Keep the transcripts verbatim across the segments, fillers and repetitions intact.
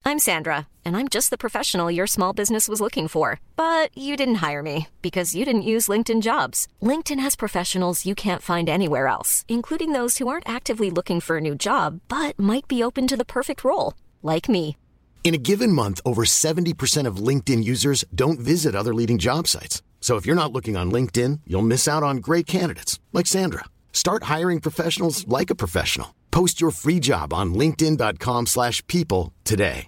I'm Sandra, and I'm just the professional your small business was looking for. But you didn't hire me because you didn't use LinkedIn Jobs. LinkedIn has professionals you can't find anywhere else, including those who aren't actively looking for a new job, but might be open to the perfect role, like me. In a given month, over seventy percent of LinkedIn users don't visit other leading job sites. So if you're not looking on LinkedIn, you'll miss out on great candidates like Sandra. Start hiring professionals like a professional. Post your free job on linkedin dot com slash people today.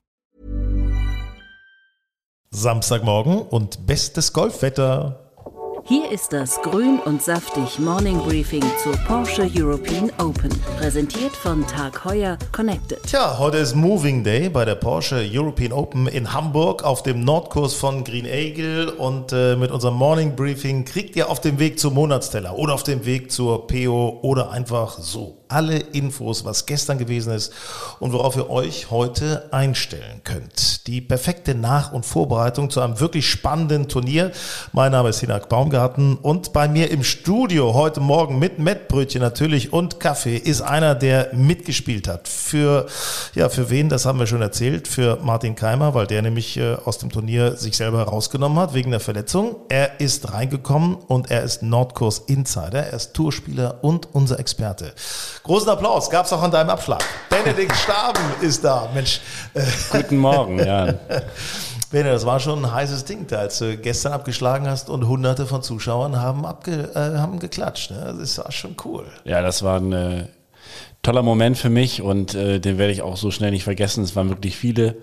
Samstagmorgen und bestes Golfwetter. Hier ist das Grün und saftig Morning Briefing zur Porsche European Open. Präsentiert von Tag Heuer Connected. Tja, heute ist Moving Day bei der Porsche European Open in Hamburg auf dem Nordkurs von Green Eagle. Und äh, mit unserem Morning Briefing kriegt ihr auf dem Weg zum Monatsteller oder auf dem Weg zur P O oder einfach so alle Infos, was gestern gewesen ist und worauf ihr euch heute einstellen könnt. Die perfekte Nach- und Vorbereitung zu einem wirklich spannenden Turnier. Mein Name ist Hinak Baumgarten und bei mir im Studio heute Morgen mit Mettbrötchen natürlich und Kaffee ist einer, der mitgespielt hat. Für, ja, für wen, das haben wir schon erzählt, für Martin Keimer, weil der nämlich äh, aus dem Turnier sich selber rausgenommen hat wegen der Verletzung. Er ist reingekommen und er ist Nordkurs-Insider, er ist Tourspieler und unser Experte. Großen Applaus, gab es auch an deinem Abschlag. Benedikt Staben ist da, Mensch. Guten Morgen, ja. Bene, das war schon ein heißes Ding da, als du gestern abgeschlagen hast und hunderte von Zuschauern haben, abge, äh, haben geklatscht. Ne? Das war schon cool. Ja, das war ein äh, toller Moment für mich und äh, den werde ich auch so schnell nicht vergessen. Es waren wirklich viele.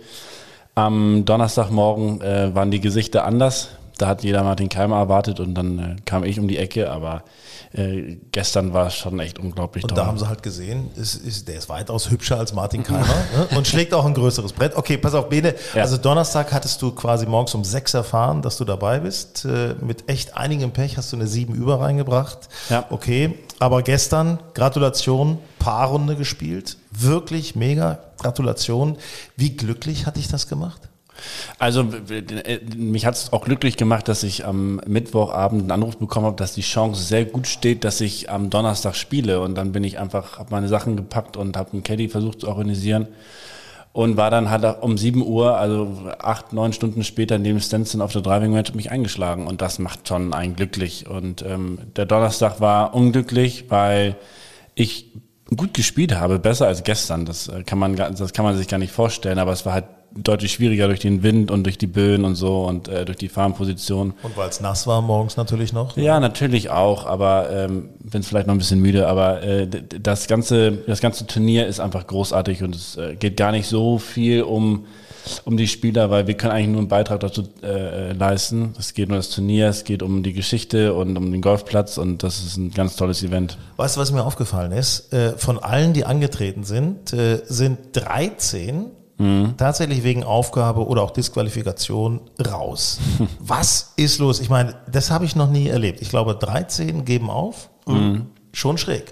Am Donnerstagmorgen äh, waren die Gesichter anders. Da hat jeder Martin Keimer erwartet und dann äh, kam ich um die Ecke, aber äh, gestern war es schon echt unglaublich und toll. Und da haben sie halt gesehen, ist, ist, der ist weitaus hübscher als Martin Keimer ne? Und schlägt auch ein größeres Brett. Okay, pass auf, Bene, ja. Also Donnerstag hattest du quasi morgens um sechs erfahren, dass du dabei bist. Äh, mit echt einigem Pech hast du eine sieben über reingebracht. Ja. Okay, aber gestern, Gratulation, Paarrunde gespielt, wirklich mega, Gratulation. Wie glücklich hat dich das gemacht? Also mich hat es auch glücklich gemacht, dass ich am Mittwochabend einen Anruf bekommen habe, dass die Chance sehr gut steht, dass ich am Donnerstag spiele. Und dann bin ich einfach, habe meine Sachen gepackt und habe einen Caddy versucht zu organisieren und war dann halt um sieben Uhr, also acht, neun Stunden später neben Stenson auf der Driving Range mich eingeschlagen. Und das macht schon einen glücklich. Und ähm, der Donnerstag war unglücklich, weil ich gut gespielt habe, besser als gestern. Das kann man, das kann man sich gar nicht vorstellen, aber es war halt deutlich schwieriger durch den Wind und durch die Böen und so und äh, durch die Farmposition. Und weil es nass war morgens natürlich noch? Ja, natürlich auch, aber ähm, bin vielleicht noch ein bisschen müde, aber äh, das ganze das ganze Turnier ist einfach großartig und es äh, geht gar nicht so viel um um die Spieler, weil wir können eigentlich nur einen Beitrag dazu äh, leisten. Es geht um das Turnier, es geht um die Geschichte und um den Golfplatz und das ist ein ganz tolles Event. Weißt du, was mir aufgefallen ist? Äh, von allen, die angetreten sind, äh, sind dreizehn Mhm. tatsächlich wegen Aufgabe oder auch Disqualifikation raus. Was ist los? Ich meine, das habe ich noch nie erlebt. Ich glaube, dreizehn geben auf. Mhm. Schon schräg.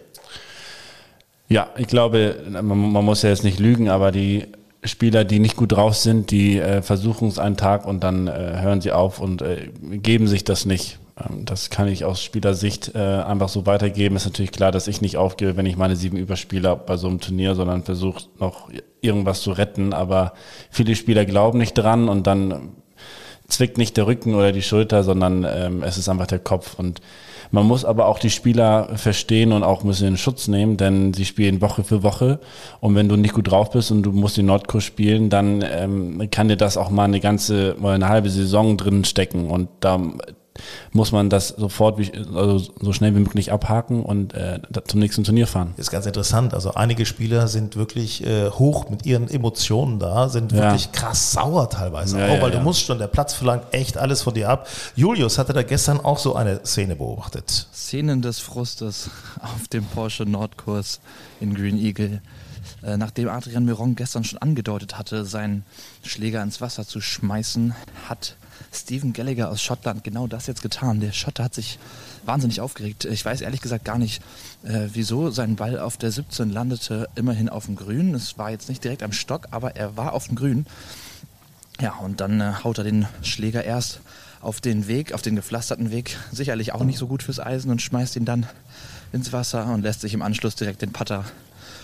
Ja, ich glaube, man, man muss ja jetzt nicht lügen, aber die Spieler, die nicht gut drauf sind, die äh, versuchen es einen Tag und dann äh, hören sie auf und äh, geben sich das nicht. Ähm, das kann ich aus Spielersicht äh, einfach so weitergeben. Ist natürlich klar, dass ich nicht aufgebe, wenn ich meine sieben überspiele bei so einem Turnier, sondern versuche noch irgendwas zu retten. Aber viele Spieler glauben nicht dran und dann zwickt nicht der Rücken oder die Schulter, sondern ähm, es ist einfach der Kopf. Und man muss aber auch die Spieler verstehen und auch ein bisschen in Schutz nehmen, denn sie spielen Woche für Woche. Und wenn du nicht gut drauf bist und du musst den Nordkurs spielen, dann ähm, kann dir das auch mal eine ganze, mal eine halbe Saison drin stecken. Und da muss man das sofort, wie, also so schnell wie möglich abhaken und äh, zum nächsten Turnier fahren. Das ist ganz interessant. Also einige Spieler sind wirklich äh, hoch mit ihren Emotionen da, sind ja. wirklich krass sauer teilweise ja, auch, ja, weil ja. du musst schon, der Platz verlangt echt alles von dir ab. Julius hatte da gestern auch so eine Szene beobachtet. Szenen des Frustes auf dem Porsche Nordkurs in Green Eagle. Äh, nachdem Adrian Meron gestern schon angedeutet hatte, seinen Schläger ins Wasser zu schmeißen, hat Stephen Gallagher aus Schottland genau das jetzt getan. Der Schotte hat sich wahnsinnig aufgeregt. Ich weiß ehrlich gesagt gar nicht, äh, wieso sein Ball auf der siebzehn landete, immerhin auf dem Grün. Es war jetzt nicht direkt am Stock, aber er war auf dem Grün. Ja, und dann äh, haut er den Schläger erst auf den Weg, auf den gepflasterten Weg, sicherlich auch nicht so gut fürs Eisen und schmeißt ihn dann ins Wasser und lässt sich im Anschluss direkt den Putter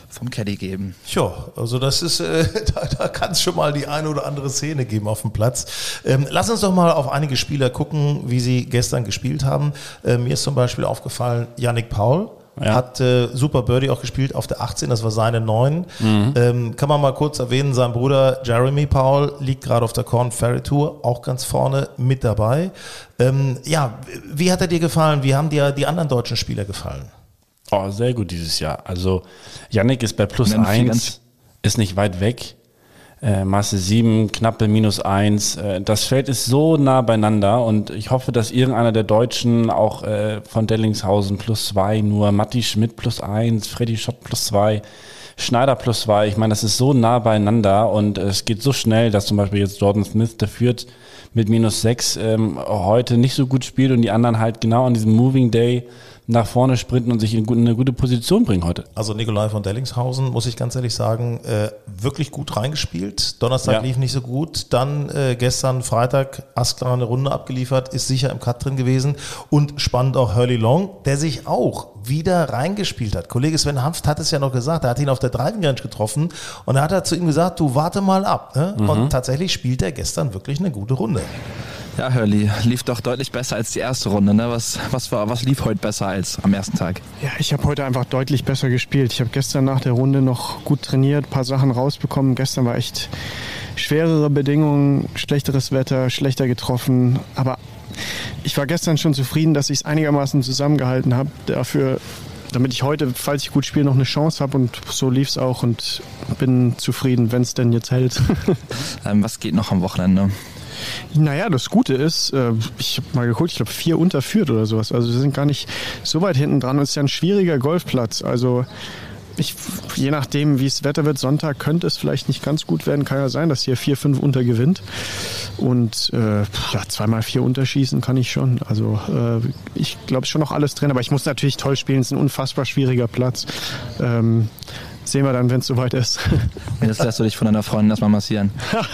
vom Caddy geben. Ja, also das ist, äh, da, da kann es schon mal die eine oder andere Szene geben auf dem Platz. Ähm, lass uns doch mal auf einige Spieler gucken, wie sie gestern gespielt haben. Äh, mir ist zum Beispiel aufgefallen, Yannick Paul. Ja. Hat äh, super Birdie auch gespielt auf der achtzehn, das war seine neun. Mhm. Ähm, kann man mal kurz erwähnen, sein Bruder Jeremy Paul liegt gerade auf der Korn Ferry Tour, auch ganz vorne mit dabei. Ähm, ja, wie hat er dir gefallen? Wie haben dir die anderen deutschen Spieler gefallen? Oh, sehr gut dieses Jahr. Also Yannick ist bei plus eins, ist nicht weit weg. Äh, Maße sieben, knappe minus eins. Äh, das Feld ist so nah beieinander und ich hoffe, dass irgendeiner der Deutschen auch äh, von Dellingshausen plus zwei, nur Matti Schmidt plus eins, Freddy Schott plus zwei, Schneider plus zwei. Ich meine, das ist so nah beieinander und äh, es geht so schnell, dass zum Beispiel jetzt Jordan Smith, der führt mit minus sechs, ähm, heute nicht so gut spielt und die anderen halt genau an diesem Moving Day nach vorne sprinten und sich in eine gute Position bringen heute. Also Nikolai von Dellingshausen, muss ich ganz ehrlich sagen, äh, wirklich gut reingespielt. Donnerstag ja. lief nicht so gut. Dann äh, gestern Freitag Asklar eine Runde abgeliefert, ist sicher im Cut drin gewesen. Und spannend auch Hurley Long, der sich auch wieder reingespielt hat. Kollege Sven Hanft hat es ja noch gesagt, er hat ihn auf der Driving Range getroffen und er hat er zu ihm gesagt, du warte mal ab. Ne? Mhm. Und tatsächlich spielt er gestern wirklich eine gute Runde. Ja, Hurley lief doch deutlich besser als die erste Runde. Ne? Was, was, war, was lief heute besser als am ersten Tag? Ja, ich habe heute einfach deutlich besser gespielt. Ich habe gestern nach der Runde noch gut trainiert, ein paar Sachen rausbekommen. Gestern war echt schwerere Bedingungen, schlechteres Wetter, schlechter getroffen. Aber ich war gestern schon zufrieden, dass ich es einigermaßen zusammengehalten habe. Dafür, damit ich heute, falls ich gut spiele, noch eine Chance habe. Und so lief es auch und bin zufrieden, wenn es denn jetzt hält. ähm, was geht noch am Wochenende? Naja, das Gute ist, ich habe mal geguckt, ich glaube vier unterführt oder sowas. Also wir sind gar nicht so weit hinten dran. Es ist ja ein schwieriger Golfplatz. Also ich, je nachdem, wie es Wetter wird, Sonntag könnte es vielleicht nicht ganz gut werden. Kann ja sein, dass hier vier, fünf unter gewinnt. Und äh, ja, zweimal vier unterschießen kann ich schon. Also äh, ich glaube, schon noch alles drin. Aber ich muss natürlich toll spielen. Es ist ein unfassbar schwieriger Platz. Ähm, Sehen wir dann, wenn es soweit ist. Und jetzt lässt du dich von deiner Freundin erstmal massieren.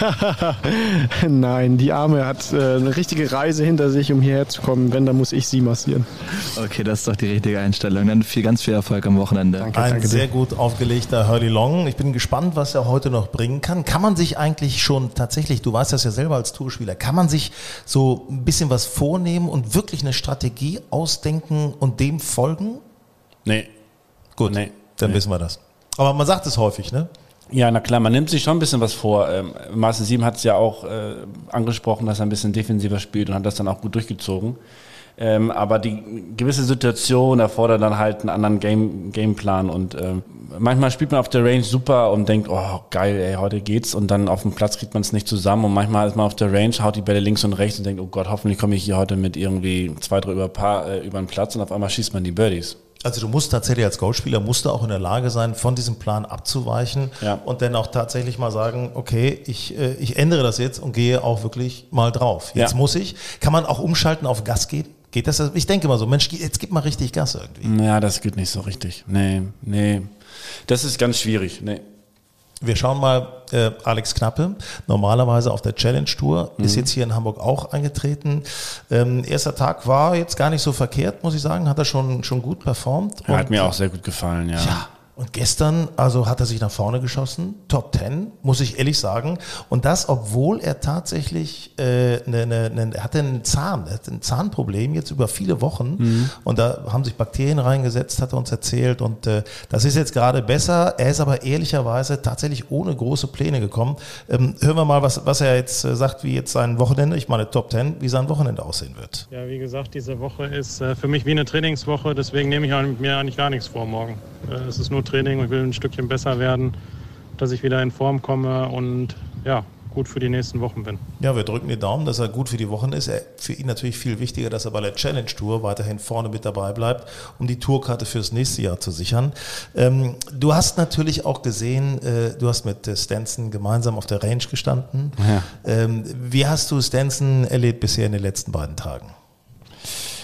Nein, die Arme hat äh, eine richtige Reise hinter sich, um hierher zu kommen. Wenn, dann muss ich sie massieren. Okay, das ist doch die richtige Einstellung. Dann viel, ganz viel Erfolg am Wochenende. Danke, Ein danke sehr dir. Gut aufgelegter Hurley Long. Ich bin gespannt, was er heute noch bringen kann. Kann man sich eigentlich schon tatsächlich, du weißt das ja selber als Tourspieler, kann man sich so ein bisschen was vornehmen und wirklich eine Strategie ausdenken und dem folgen? Nee. Gut, nee. dann nee. wissen wir das. Aber man sagt es häufig, ne? Ja, na klar, man nimmt sich schon ein bisschen was vor. Ähm, Marcel Sieben hat es ja auch äh, angesprochen, dass er ein bisschen defensiver spielt und hat das dann auch gut durchgezogen. Ähm, aber die gewisse Situation erfordert dann halt einen anderen Game, Gameplan und ähm, manchmal spielt man auf der Range super und denkt, oh geil, ey, heute geht's und dann auf dem Platz kriegt man es nicht zusammen und manchmal ist man auf der Range, haut die Bälle links und rechts und denkt, oh Gott, hoffentlich komme ich hier heute mit irgendwie zwei, drei über Paar äh, über den Platz und auf einmal schießt man die Birdies. Also du musst tatsächlich als Golfspieler musst du auch in der Lage sein, von diesem Plan abzuweichen ja. und dann auch tatsächlich mal sagen, okay, ich, äh, ich ändere das jetzt und gehe auch wirklich mal drauf. Jetzt ja. muss ich. Kann man auch umschalten auf Gas geben? Geht das? Ich denke mal so, Mensch, jetzt gib mal richtig Gas irgendwie. Ja, das geht nicht so richtig. Nee, nee. Das ist ganz schwierig. Nee. Wir schauen mal, äh, Alex Knappe, normalerweise auf der Challenge Tour, mhm. ist jetzt hier in Hamburg auch eingetreten. Ähm, erster Tag war jetzt gar nicht so verkehrt, muss ich sagen, hat er schon, schon gut performt. Er hat mir auch sehr gut gefallen, ja. Ja. Und gestern, also hat er sich nach vorne geschossen, Top Ten, muss ich ehrlich sagen. Und das, obwohl er tatsächlich, äh, ne, ne, ne, er hatte einen Zahn, er hatte ein Zahnproblem jetzt über viele Wochen. Mhm. Und da haben sich Bakterien reingesetzt, hat er uns erzählt. Und äh, das ist jetzt gerade besser. Er ist aber ehrlicherweise tatsächlich ohne große Pläne gekommen. Ähm, hören wir mal, was, was er jetzt äh, sagt, wie jetzt sein Wochenende, ich meine Top Ten, wie sein Wochenende aussehen wird. Ja, wie gesagt, diese Woche ist äh, für mich wie eine Trainingswoche. Deswegen nehme ich mir eigentlich gar nichts vor morgen. Äh, es ist nur Training und ich will ein Stückchen besser werden, dass ich wieder in Form komme und ja, gut für die nächsten Wochen bin. Ja, wir drücken die Daumen, dass er gut für die Wochen ist. Er, für ihn natürlich viel wichtiger, dass er bei der Challenge Tour weiterhin vorne mit dabei bleibt, um die Tourkarte fürs nächste Jahr zu sichern. Ähm, du hast natürlich auch gesehen, äh, du hast mit Stenson gemeinsam auf der Range gestanden. Ja. Ähm, wie hast du Stenson erlebt bisher in den letzten beiden Tagen?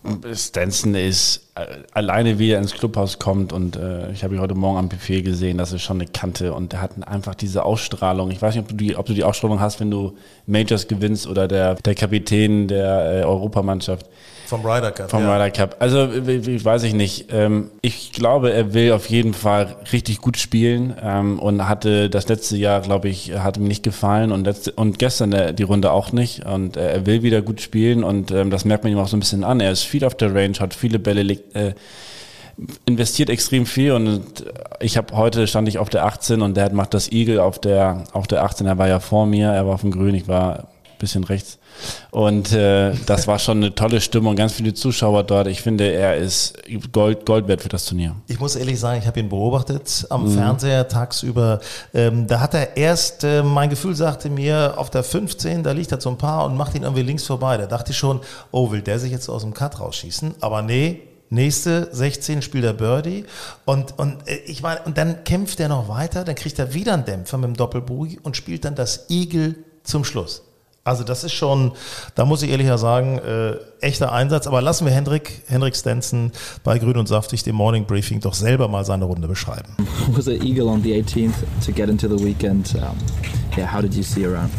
Stenson ist äh, alleine, wie er ins Clubhaus kommt und äh, ich habe ihn heute Morgen am Buffet gesehen, das ist schon eine Kante und der hat einfach diese Ausstrahlung. Ich weiß nicht, ob du die, ob du die Ausstrahlung hast, wenn du Majors gewinnst oder der, der Kapitän der äh, Europamannschaft. Vom Ryder Cup. Vom ja. Ryder Cup. Also, ich weiß ich nicht. Ähm, ich glaube, er will auf jeden Fall richtig gut spielen ähm, und hatte das letzte Jahr, glaube ich, hat ihm nicht gefallen und letzte, und gestern der, die Runde auch nicht. Und äh, er will wieder gut spielen und ähm, das merkt man ihm auch so ein bisschen an. Er ist viel auf der Range, hat viele Bälle, legt, äh, investiert extrem viel und ich habe heute stand ich auf der achtzehn und der macht das Eagle auf der auf der achtzehn. Er war ja vor mir, er war auf dem Grün, ich war ein bisschen rechts. Und äh, das war schon eine tolle Stimmung, ganz viele Zuschauer dort. Ich finde, er ist Gold, Gold wert für das Turnier. Ich muss ehrlich sagen, ich habe ihn beobachtet am mhm. Fernseher tagsüber. Ähm, da hat er erst, äh, mein Gefühl sagte mir, auf der fünfzehn, da liegt er zum Paar und macht ihn irgendwie links vorbei. Da dachte ich schon, oh, will der sich jetzt aus dem Cut rausschießen? Aber nee, nächste sechzehn spielt er Birdie und, und äh, ich meine, und dann kämpft er noch weiter, dann kriegt er wieder einen Dämpfer mit dem Doppelbogey und spielt dann das Eagle zum Schluss. Also das ist schon, da muss ich ehrlicher sagen, äh, echter Einsatz. Aber lassen wir Hendrik, Henrik Stenson bei Grün und Saftig, dem Morning Briefing, doch selber mal seine Runde beschreiben. Was an eagle on the eighteenth to get into the weekend? Um, yeah, how did you see around?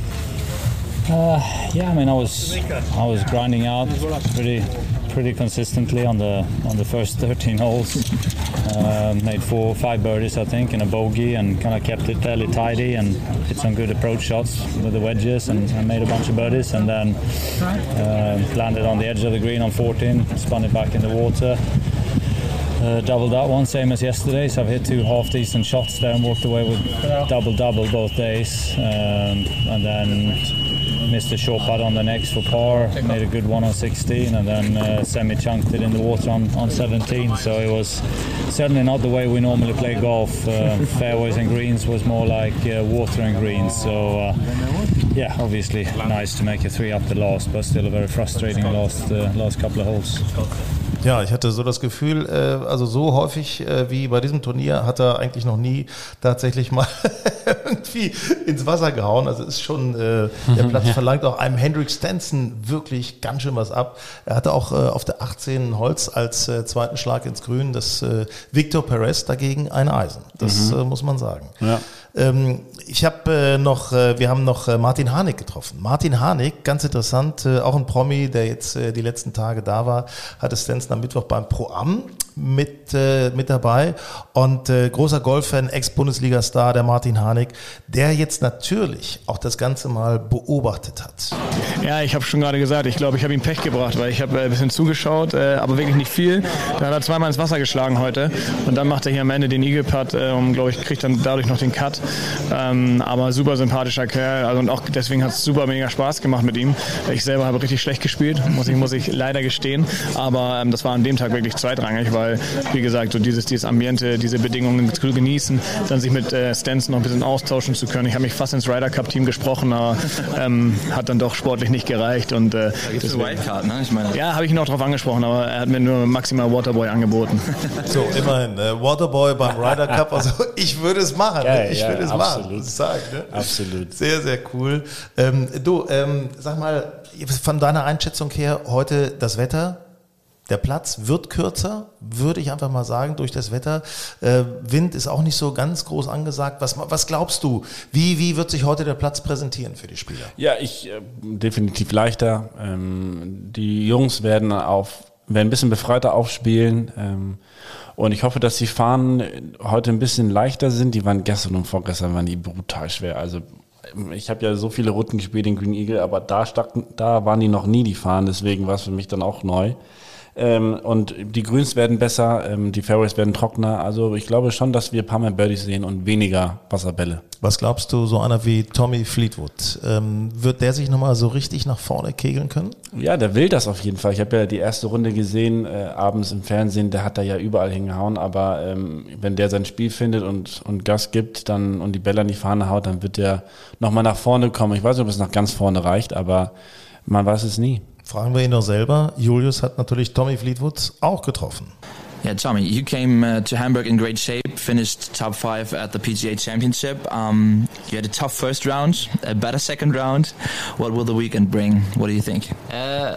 Uh, yeah, I mean, I was I was grinding out pretty pretty consistently on the on the first thirteen holes. Uh, made four, five birdies, I think, in a bogey, and kind of kept it fairly tidy and hit some good approach shots with the wedges, and, and made a bunch of birdies, and then uh, landed on the edge of the green on fourteen, spun it back in the water. Uh, doubled that one, same as yesterday, so I've hit two half-decent shots there and walked away with double-double both days, um, and then missed a short putt on the next for par, made a good one on sixteen, and then uh, semi-chunked it in the water on, on seventeen, so it was certainly not the way we normally play golf. Uh, fairways and greens was more like uh, water and greens, so uh, yeah, obviously nice to make a three up the last, but still a very frustrating last, uh, last couple of holes. Ja, ich hatte so das Gefühl, äh, also so häufig äh, wie bei diesem Turnier hat er eigentlich noch nie tatsächlich mal irgendwie ins Wasser gehauen. Also ist schon, äh, der Platz ja. verlangt auch einem Henrik Stenson wirklich ganz schön was ab. Er hatte auch äh, auf der achtzehn Holz als äh, zweiten Schlag ins Grün, das äh, Victor Perez dagegen ein Eisen. Das mhm. äh, muss man sagen. Ja. Ähm, ich habe äh, noch, äh, wir haben noch äh, Martin Harnik getroffen. Martin Harnik, ganz interessant, äh, auch ein Promi, der jetzt äh, die letzten Tage da war, hatte Stenson am Mittwoch beim Pro-Am mit, äh, mit dabei und äh, großer Golffan, Ex-Bundesliga-Star, der Martin Harnik, der jetzt natürlich auch das Ganze mal beobachtet hat. Ja, ich habe schon gerade gesagt, ich glaube, ich habe ihm Pech gebracht, weil ich habe äh, ein bisschen zugeschaut, äh, aber wirklich nicht viel. Dann hat er zweimal ins Wasser geschlagen heute und dann macht er hier am Ende den Eagle-Putt äh, und, glaube ich, kriegt dann dadurch noch den Cut. Ähm, aber super sympathischer Kerl, also und auch deswegen hat es super mega Spaß gemacht mit ihm. Ich selber habe richtig schlecht gespielt, muss ich, muss ich leider gestehen, aber ähm, das war an dem Tag wirklich zweitrangig, weil, wie gesagt, so dieses, dieses Ambiente, diese Bedingungen zu genießen, dann sich mit äh, Stenson noch ein bisschen austauschen zu können. Ich habe mich fast ins Ryder Cup Team gesprochen, aber ähm, hat dann doch sportlich nicht gereicht. Und, äh, da gibt es eine Wildcard, ne? Ich meine, ja, habe ich ihn auch darauf angesprochen, aber er hat mir nur maximal Waterboy angeboten. So, immerhin, äh, Waterboy beim Ryder Cup, also ich würde es machen, Geil, ich ja, würde es absolut. machen, sagen, ne? Absolut. Sehr, sehr cool. Ähm, du, ähm, sag mal, von deiner Einschätzung her, heute das Wetter, der Platz wird kürzer, würde ich einfach mal sagen, durch das Wetter. Äh, Wind ist auch nicht so ganz groß angesagt. Was, was glaubst du, wie, wie wird sich heute der Platz präsentieren für die Spieler? Ja, ich äh, definitiv leichter. Ähm, die Jungs werden auf werden ein bisschen befreiter aufspielen. Ähm, und ich hoffe, dass die Fahnen heute ein bisschen leichter sind. Die waren gestern und vorgestern waren die brutal schwer. Also ich habe ja so viele Runden gespielt in Green Eagle, aber da, stackten, da waren die noch nie, die Fahnen. Deswegen war es für mich dann auch neu. Ähm, und die Grüns werden besser, ähm, die Fairways werden trockener. Also ich glaube schon, dass wir ein paar mehr Birdies sehen und weniger Wasserbälle. Was glaubst du, so einer wie Tommy Fleetwood, ähm, wird der sich nochmal so richtig nach vorne kegeln können? Ja, der will das auf jeden Fall. Ich habe ja die erste Runde gesehen, äh, abends im Fernsehen, der hat da ja überall hingehauen. Aber ähm, wenn der sein Spiel findet und, und Gas gibt dann und die Bälle an die Fahne haut, dann wird der nochmal nach vorne kommen. Ich weiß nicht, ob es nach ganz vorne reicht, aber man weiß es nie. Fragen wir ihn doch selber. Julius hat natürlich Tommy Fleetwood auch getroffen. Yeah, Tommy, you came uh, to Hamburg in great shape, finished top five at the P G A Championship. Um, you had a tough first round, a better second round. What will the weekend bring? What do you think? Uh,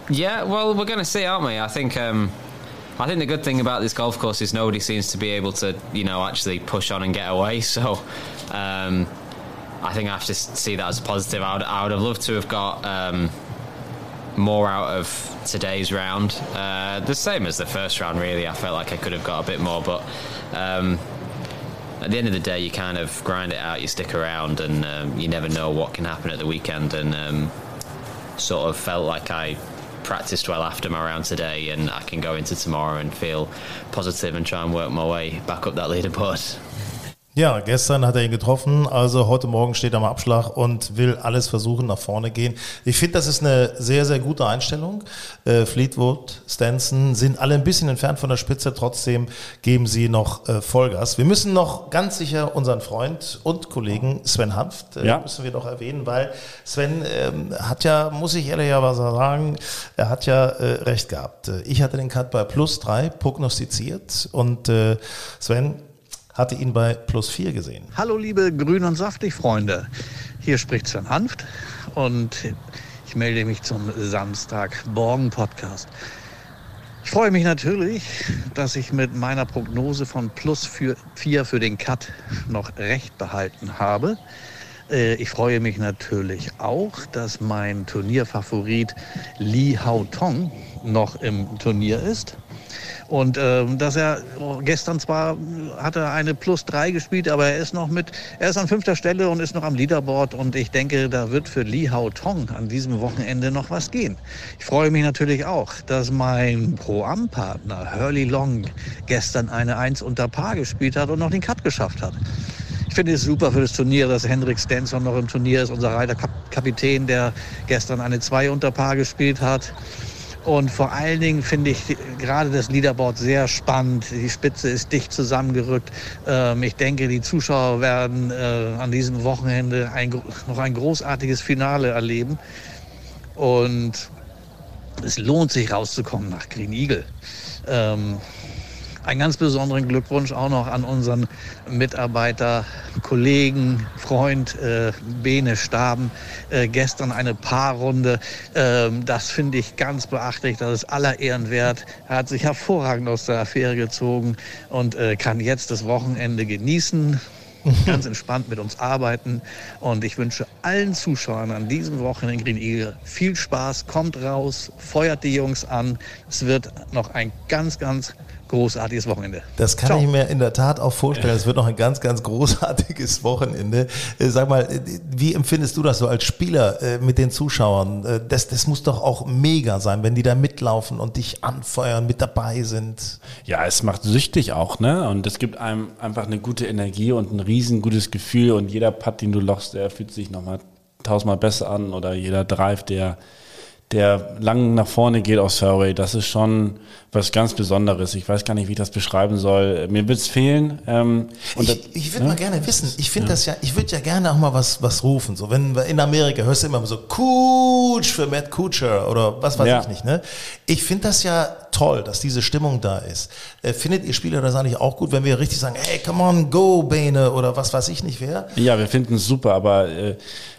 Yeah, well, we're going to see, aren't we? I think um, I think the good thing about this golf course is nobody seems to be able to, you know, actually push on and get away. So um, I think I have to see that as a positive. I would, I would have loved to have got um, more out of today's round. Uh, the same as the first round, really. I felt like I could have got a bit more, but um, at the end of the day, you kind of grind it out, you stick around, and um, you never know what can happen at the weekend. And um, sort of felt like I practiced well after my round today, and I can go into tomorrow and feel positive and try and work my way back up that leaderboard. Ja, gestern hat er ihn getroffen, also heute Morgen steht er am Abschlag und will alles versuchen, nach vorne gehen. Ich finde, das ist eine sehr, sehr gute Einstellung. Äh, Fleetwood, Stenson sind alle ein bisschen entfernt von der Spitze, trotzdem geben sie noch äh, Vollgas. Wir müssen noch ganz sicher unseren Freund und Kollegen Sven Hanft, äh, ja. müssen wir noch erwähnen, weil Sven ähm, hat ja, muss ich ehrlicherweise sagen, er hat ja äh, recht gehabt. Ich hatte den Cut bei plus drei prognostiziert und äh, Sven hatte ihn bei plus vier gesehen. Hallo liebe Grün und Saftig Freunde, hier spricht Sven Hanft und ich melde mich zum Samstagmorgen-Podcast. Ich freue mich natürlich, dass ich mit meiner Prognose von plus vier für den Cut noch recht behalten habe. Ich freue mich natürlich auch, dass mein Turnierfavorit Lee Haotong noch im Turnier ist. Und ähm, dass er gestern zwar hat er eine plus drei gespielt, aber er ist noch mit, er ist an fünfter Stelle und ist noch am Leaderboard. Und ich denke, da wird für Lee Haotong an diesem Wochenende noch was gehen. Ich freue mich natürlich auch, dass mein Pro-Am-Partner Hurly Long gestern eine eins unter Par gespielt hat und noch den Cut geschafft hat. Ich finde es super für das Turnier, dass Henrik Stenson noch im Turnier ist, unser Reiterkapitän, der gestern eine zwei unter Par gespielt hat. Und vor allen Dingen finde ich gerade das Leaderboard sehr spannend. Die Spitze ist dicht zusammengerückt. Ähm, ich denke, die Zuschauer werden äh, an diesem Wochenende ein, noch ein großartiges Finale erleben. Und es lohnt sich rauszukommen nach Green Eagle. Ähm, Einen ganz besonderen Glückwunsch auch noch an unseren Mitarbeiter, Kollegen, Freund äh, Bene Staben. Äh, gestern eine Paarrunde. Ähm, das finde ich ganz beachtlich. Das ist aller Ehren wert. Er hat sich hervorragend aus der Affäre gezogen und äh, kann jetzt das Wochenende genießen. Ganz entspannt mit uns arbeiten. Und ich wünsche allen Zuschauern an diesem Wochenende in Green Eagle viel Spaß. Kommt raus, feuert die Jungs an. Es wird noch ein ganz, ganz großartiges Wochenende. Das kann Ciao. Ich mir in der Tat auch vorstellen. Es wird noch ein ganz, ganz großartiges Wochenende. Sag mal, wie empfindest du das so als Spieler mit den Zuschauern? Das, das muss doch auch mega sein, wenn die da mitlaufen und dich anfeuern, mit dabei sind. Ja, es macht süchtig auch, ne? Und es gibt einem einfach eine gute Energie und ein riesen gutes Gefühl und jeder Putt, den du lochst, der fühlt sich nochmal tausendmal besser an oder jeder Drive, der der lang nach vorne geht aufs Fairway, das ist schon was ganz Besonderes. Ich weiß gar nicht, wie ich das beschreiben soll. Mir wird es fehlen. Ähm, und ich das, ich würde ja? mal gerne wissen, ich finde ja. das ja, ich würde ja gerne auch mal was, was rufen. So, wenn wir in Amerika hörst du immer so Cooch für Matt Kuchar oder was weiß ja. ich nicht. Ne? Ich finde das ja toll, dass diese Stimmung da ist. Äh, findet ihr Spieler das eigentlich auch gut, wenn wir richtig sagen, hey, come on, go, Bene oder was weiß ich nicht wer? Ja, wir finden es super, aber äh,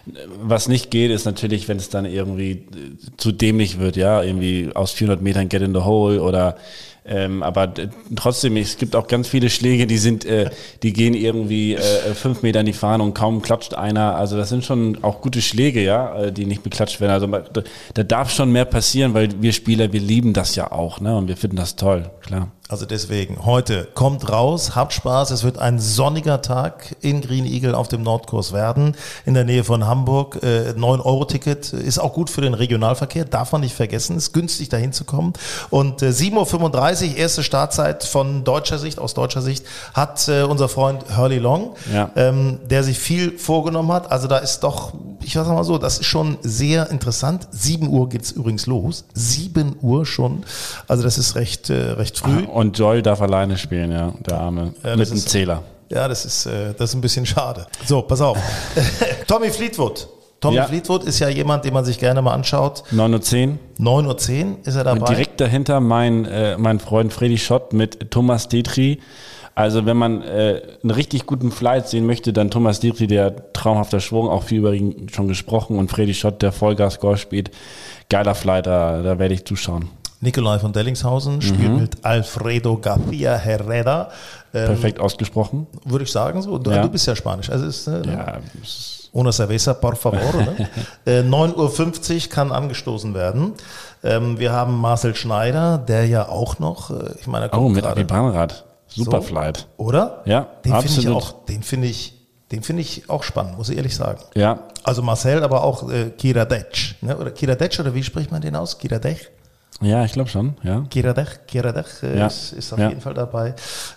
was nicht geht, ist natürlich, wenn es dann irgendwie äh, zu dämlich wird, ja, irgendwie aus vierhundert Metern get in the hole oder Ähm, aber d- trotzdem, es gibt auch ganz viele Schläge, die sind, äh, die gehen irgendwie äh, fünf Meter in die Fahne und kaum klatscht einer. Also das sind schon auch gute Schläge, ja, die nicht beklatscht werden. Also da, da darf schon mehr passieren, weil wir Spieler, wir lieben das ja auch, ne? Und wir finden das toll, klar. Also deswegen, heute kommt raus, habt Spaß, es wird ein sonniger Tag in Green Eagle auf dem Nordkurs werden, in der Nähe von Hamburg. Äh, neun Euro Ticket ist auch gut für den Regionalverkehr, darf man nicht vergessen, ist günstig dahin zu kommen. Und äh, sieben Uhr fünfunddreißig, erste Startzeit von deutscher Sicht, aus deutscher Sicht, hat äh, unser Freund Hurly Long, ja. ähm, der sich viel vorgenommen hat. Also da ist doch, ich sag mal so, das ist schon sehr interessant. sieben Uhr geht's übrigens los, sieben Uhr schon, also das ist recht, äh, recht früh. Ah, und Joy darf alleine spielen, ja, der Arme, ja, mit einem ist, Zähler. Ja, das ist, äh, das ist ein bisschen schade. So, pass auf. Tommy Fleetwood. Tommy ja. Fleetwood ist ja jemand, den man sich gerne mal anschaut. neun Uhr zehn. neun Uhr zehn ist er dabei. Und direkt dahinter mein, äh, mein Freund Freddy Schott mit Thomas Detry. Also wenn man äh, einen richtig guten Flight sehen möchte, dann Thomas Dirty, der traumhafter Schwung, auch viel über ihn schon gesprochen, und Freddy Schott, der Vollgas-Golf spielt. Geiler Flight, da, da werde ich zuschauen. Nikolai von Dellingshausen mhm. spielt mit Alfredo García Herrera. Ähm, Perfekt ausgesprochen. Würde ich sagen so. Du, ja. du bist ja Spanisch. Also ist, äh, ja, Una cerveza, por favor. Ne? äh, neun Uhr fünfzig kann angestoßen werden. Ähm, wir haben Marcel Schneider, der ja auch noch, äh, ich meine, oh, mit Abi Bahnrad. Super so, Flight. Oder? Ja, den absolut. Find ich auch, den finde ich, den finde ich auch spannend, muss ich ehrlich sagen. Ja. Also Marcel, aber auch äh, Kiradec, ne? Oder Kiradec, oder wie spricht man den aus? Kiradec? Ja, ich glaube schon, ja. Kiradec, Kiradec äh, ja. ist, ist auf ja. jeden Fall dabei.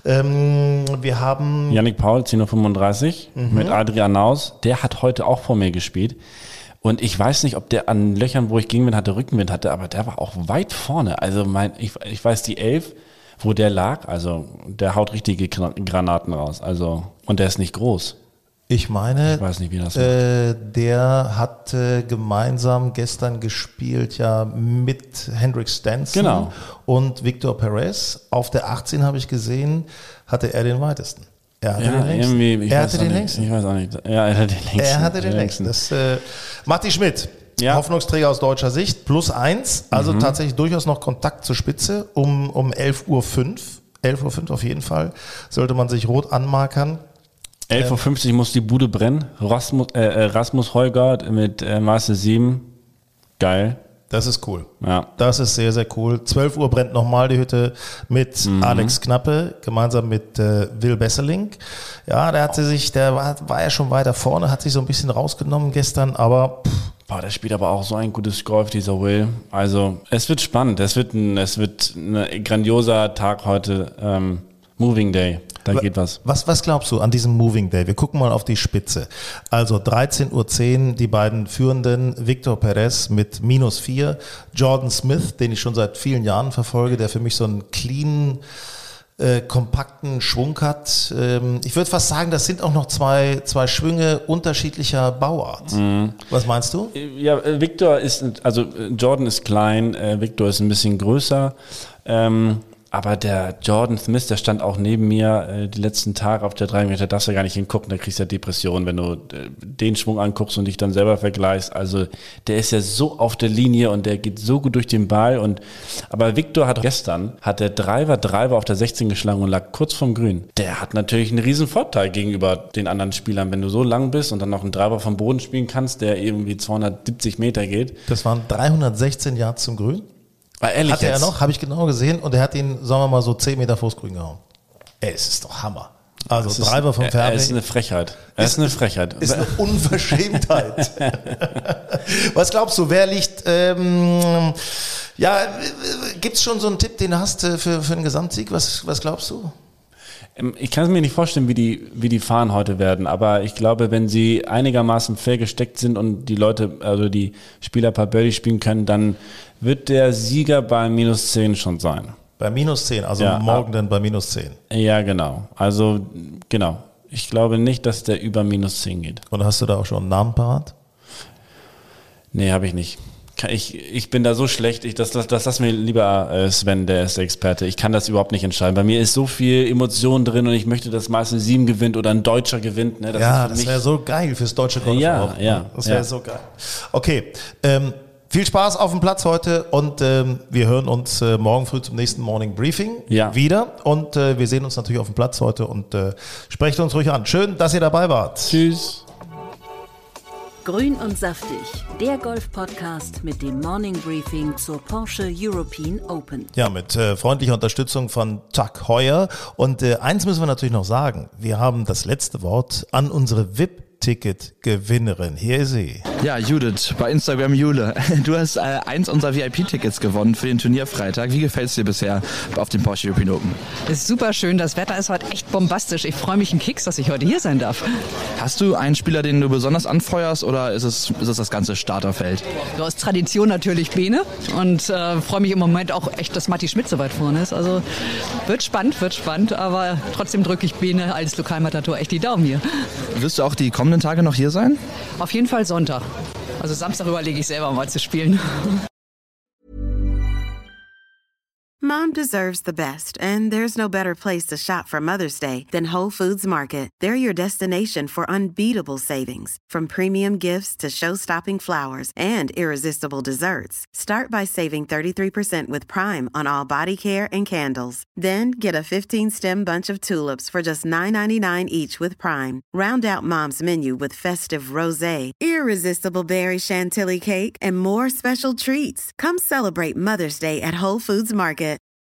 Ähm, wir haben Yannick Paul, zehn Uhr fünfunddreißig mhm. mit Adrian Naus. Der hat heute auch vor mir gespielt. Und ich weiß nicht, ob der an Löchern, wo ich Gegenwind hatte, Rückenwind hatte, aber der war auch weit vorne. Also mein, ich, ich weiß, die elf, wo der lag, also der haut richtige Granaten raus. Also, und der ist nicht groß. Ich meine, ich weiß nicht, wie das äh, der hat äh, gemeinsam gestern gespielt ja mit Hendrik Stenson genau. und Victor Perez. Auf der achtzehn habe ich gesehen, hatte er den weitesten. Er hatte ja, den längsten. Irgendwie, ich er weiß hatte den nicht, längsten. Ich weiß auch nicht. Ja, er hatte den längsten. Er hatte den längsten. Das, äh, Matti Schmidt, ja. Hoffnungsträger aus deutscher Sicht, plus eins. Also mhm. tatsächlich durchaus noch Kontakt zur Spitze um, um elf Uhr fünf. elf Uhr fünf auf jeden Fall. Sollte man sich rot anmarkern. elf Uhr fünfzig ähm, muss die Bude brennen. Rasmus, äh, Rasmus Højgaard mit äh, Maße sieben. Geil. Das ist cool. Ja. Das ist sehr, sehr cool. zwölf Uhr brennt nochmal die Hütte mit mhm. Alex Knappe, gemeinsam mit äh, Will Besserling. Ja, der hatte sich, der war, war ja schon weiter vorne, hat sich so ein bisschen rausgenommen gestern, aber pff. Boah, der spielt aber auch so ein gutes Golf, dieser Will. Also, es wird spannend. Es wird ein, es wird ein grandioser Tag heute. Ähm, Moving Day. Da geht was. Was, was glaubst du an diesem Moving Day? Wir gucken mal auf die Spitze. Also dreizehn Uhr zehn, die beiden Führenden, Victor Perez mit minus vier, Jordan Smith, den ich schon seit vielen Jahren verfolge, der für mich so einen cleanen, äh, kompakten Schwung hat. Ähm, ich würde fast sagen, das sind auch noch zwei, zwei Schwünge unterschiedlicher Bauart. Mhm. Was meinst du? Ja, Victor ist, also Jordan ist klein, äh, Victor ist ein bisschen größer. Ähm, Aber der Jordan Smith, der stand auch neben mir äh, die letzten Tage auf der drei Meter, darfst du gar nicht hingucken, da kriegst du ja Depressionen, wenn du äh, den Schwung anguckst und dich dann selber vergleichst. Also der ist ja so auf der Linie und der geht so gut durch den Ball. Und aber Victor hat gestern, hat der Driver, Driver auf der sechzehn geschlagen und lag kurz vorm Grün. Der hat natürlich einen riesen Vorteil gegenüber den anderen Spielern, wenn du so lang bist und dann noch einen Driver vom Boden spielen kannst, der irgendwie zweihundertsiebzig Meter geht. Das waren dreihundertsechzehn Yards zum Grün. Ehrlich Hatte jetzt? er noch, habe ich genau gesehen, und er hat ihn, sagen wir mal, so zehn Meter vors Grün gehauen. Ey, es ist doch Hammer. Also das Driver ist, vom Fairway. Er ist eine Frechheit. Er ist, ist eine Frechheit. Ist eine Unverschämtheit. Was glaubst du, wer liegt, ähm, ja, gibt es schon so einen Tipp, den du hast für, für einen Gesamtsieg? Was, was glaubst du? Ich kann es mir nicht vorstellen, wie die, wie die fahren heute werden, aber ich glaube, wenn sie einigermaßen fair gesteckt sind und die Leute, also die Spieler ein paar Birdie spielen können, dann wird der Sieger bei minus zehn schon sein. Bei minus zehn, also ja, morgen dann bei minus zehn. Ja, genau. Also, genau. Ich glaube nicht, dass der über minus zehn geht. Und hast du da auch schon einen Namen parat? Nee, habe ich nicht. Ich, ich bin da so schlecht, ich, das, das, das lass mir lieber äh, Sven, der ist der Experte. Ich kann das überhaupt nicht entscheiden. Bei mir ist so viel Emotion drin und ich möchte, dass meistens sieben gewinnt oder ein Deutscher gewinnt. Ne? Das ja, das wäre so geil fürs deutsche Golf. Ja, ja. Das wäre ja. so geil. Okay, ähm, viel Spaß auf dem Platz heute und ähm, wir hören uns äh, morgen früh zum nächsten Morning Briefing ja. wieder und äh, wir sehen uns natürlich auf dem Platz heute und äh, sprecht uns ruhig an. Schön, dass ihr dabei wart. Tschüss. Grün und saftig, der Golf-Podcast mit dem Morning Briefing zur Porsche European Open. Ja, mit äh, freundlicher Unterstützung von Tag Heuer. Und äh, eins müssen wir natürlich noch sagen, wir haben das letzte Wort an unsere V I P-Ticket-Gewinnerin. Hier ist sie. Ja, Judith, bei Instagram Jule. Du hast äh, eins unserer V I P-Tickets gewonnen für den Turnierfreitag. Wie gefällt es dir bisher auf dem Porsche European Open? Es ist super schön. Das Wetter ist heute echt bombastisch. Ich freue mich einen Keks, dass ich heute hier sein darf. Hast du einen Spieler, den du besonders anfeuerst, oder ist es, ist es das ganze Starterfeld? Du hast Tradition natürlich Bene und äh, freue mich im Moment auch echt, dass Matti Schmidt so weit vorne ist. Also wird spannend, wird spannend, aber trotzdem drücke ich Bene als Lokalmatador echt die Daumen hier. Wirst du auch die kommenden Tage noch hier sein? Auf jeden Fall Sonntag. Also Samstag überlege ich selber mal zu spielen. Mom deserves the best, and there's no better place to shop for Mother's Day than Whole Foods Market. They're your destination for unbeatable savings, from premium gifts to show-stopping flowers and irresistible desserts. Start by saving thirty-three percent with Prime on all body care and candles. Then get a fifteen-stem bunch of tulips for just nine ninety-nine each with Prime. Round out Mom's menu with festive rosé, irresistible berry chantilly cake, and more special treats. Come celebrate Mother's Day at Whole Foods Market.